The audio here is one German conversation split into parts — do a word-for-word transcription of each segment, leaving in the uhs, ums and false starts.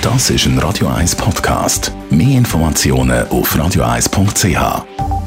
Das ist ein Radio eins Podcast. Mehr Informationen auf radio eins punkt c h.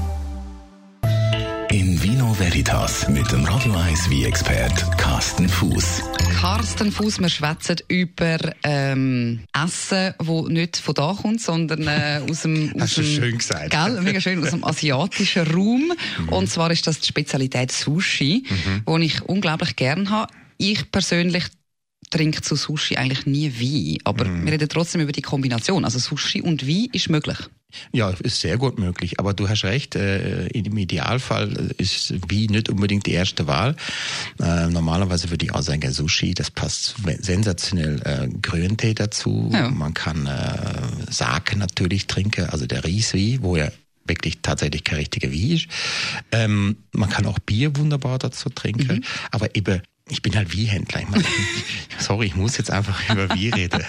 In Vino Veritas mit dem Radio eins Wein-Expert Carsten Fuß. Carsten Fuß, wir schwätzen über ähm, Essen, das nicht von da kommt, sondern äh, aus dem... Aus Hast du dem, schön gesagt. Gell, mega schön, aus dem asiatischen Raum. Mhm. Und zwar ist das die Spezialität Sushi, mhm. die ich unglaublich gerne habe. Ich persönlich trinke zu Sushi eigentlich nie Wein, aber mm. wir reden trotzdem über die Kombination. Also Sushi und Wein ist möglich. Ja, ist sehr gut möglich. Aber du hast recht, äh, im Idealfall ist Wein nicht unbedingt die erste Wahl. Äh, normalerweise würde ich auch sagen, Sushi, das passt sensationell. Äh, Grüntee dazu. Ja. Man kann äh, Sake natürlich trinken, also der Rieswein, wo ja wirklich tatsächlich kein richtiger Wein ist. Ähm, man kann auch Bier wunderbar dazu trinken, mhm. aber eben ich bin halt Weinhändler. Ich meine, sorry, ich muss jetzt einfach über Wein reden.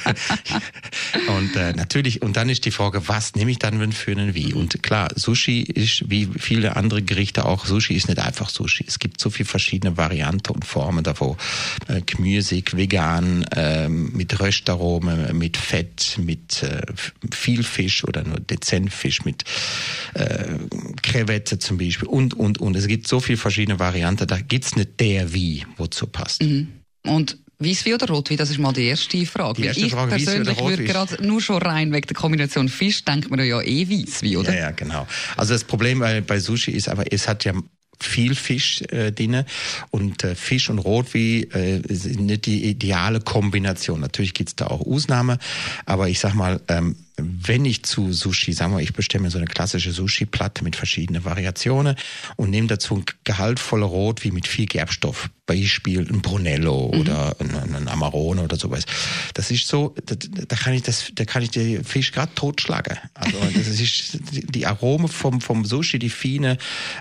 Und äh, natürlich, und dann ist die Frage, was nehme ich dann für einen Wein? Und klar, Sushi ist, wie viele andere Gerichte auch, Sushi ist nicht einfach Sushi. Es gibt so viele verschiedene Varianten und Formen davon. Äh, gemüsig, vegan, äh, mit Röstaromen, mit Fett, mit äh, viel Fisch oder nur dezent Fisch, mit äh, Krevette zum Beispiel und, und, und. Es gibt so viele verschiedene Varianten. Da gibt's nicht der Wein, wozu passt. Mhm. Und Weisswein oder Rotwein, das ist mal die erste Frage. Die erste ich Frage, persönlich würde gerade nur schon rein wegen der Kombination Fisch, denkt man ja eh Weisswein, oder? Ja, ja, genau. Also das Problem bei, bei Sushi ist aber, es hat ja viel Fisch äh, drin und äh, Fisch und Rotwein äh, sind nicht die ideale Kombination. Natürlich gibt's da auch Ausnahmen, aber ich sag mal, ähm, wenn ich zu Sushi, sagen wir, ich bestelle mir so eine klassische Sushi-Platte mit verschiedenen Variationen und nehme dazu ein gehaltvoller Rotwein mit viel Gerbstoff, Beispiel ein Brunello mhm. oder ein, ein Amarone oder sowas. Das ist so, da, da kann ich das, da kann ich den Fisch gerade totschlagen. Also das ist die, die Aromen vom vom Sushi, die feine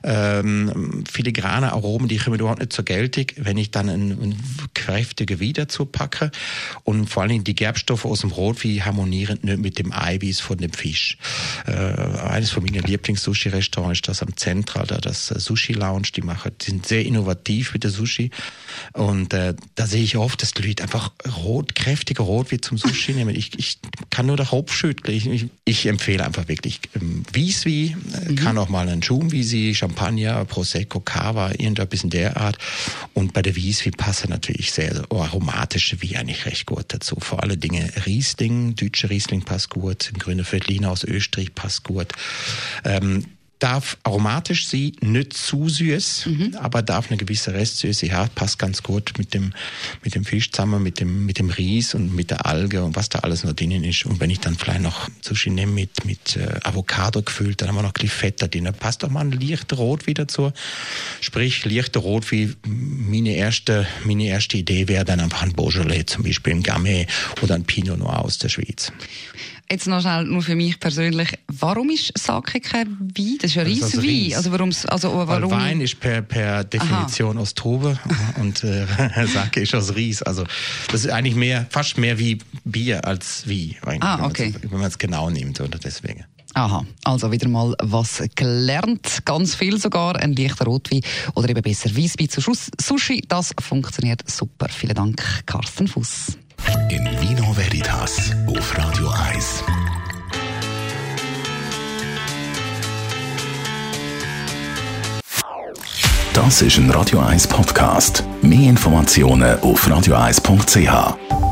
ähm, filigrane Aromen, die kommen überhaupt nicht zur Geltung, wenn ich dann ein, ein kräftige Wein dazu packe und vor allen Dingen die Gerbstoffe aus dem Rotwein harmonieren nicht mit dem Eiweiß von dem Fisch. Äh, eines von meinen Lieblings-Sushi-Restaurants ist das am Central, da das Sushi Lounge, die machen, die sind sehr innovativ mit der Sushi und äh, da sehe ich oft, dass die Leute einfach rot, kräftige Rotwein zum Sushi nehmen. Ich, ich kann nur den Kopf schütteln. Ich, ich, ich empfehle einfach wirklich ähm, Weisswein, äh, mhm. kann auch mal ein Schumweisswein, Champagner, Prosecco, Cava, irgendetwas in der Art. Und bei der Weisswein passen natürlich sehr so aromatische Wein eigentlich recht gut dazu. Vor allen Dingen Riesling, deutscher Riesling passt gut. Im Grüne Veltliner aus Österreich passt gut. Ähm, darf aromatisch sein, nicht zu süß, mhm. aber darf eine gewisse Restsüße haben, passt ganz gut mit dem, mit dem Fisch zusammen, mit dem, mit dem Ries und mit der Alge und was da alles noch drinnen ist. Und wenn ich dann vielleicht noch Sushi nehme mit, mit äh, Avocado gefüllt, dann haben wir noch ein bisschen Fett da drin. Da passt auch mal ein leichter Rotwein dazu. Sprich, leichter Rotwein, meine erste, meine erste Idee wäre dann einfach ein Beaujolais, zum Beispiel ein Gamay oder ein Pinot Noir aus der Schweiz. Jetzt noch schnell, nur für mich persönlich, warum ist Sake kein Wein? Das ist ja Reiswein. Also, Reis. also warum? Also warum? Weil Wein ist per, per Definition Aha. aus Trauben und äh, Sake ist aus Reis. Also das ist eigentlich mehr, fast mehr wie Bier als Wein, ah, okay. wenn man es genau nimmt, oder deswegen. Aha, also wieder mal was gelernt, ganz viel sogar, ein leichter Rotwein oder eben besser Weisswein zu Sushi, das funktioniert super. Vielen Dank, Carsten Fuß. In Vino Veritas auf Radio eins. Das ist ein Radio eins Podcast. Mehr Informationen auf radio eins punkt c h.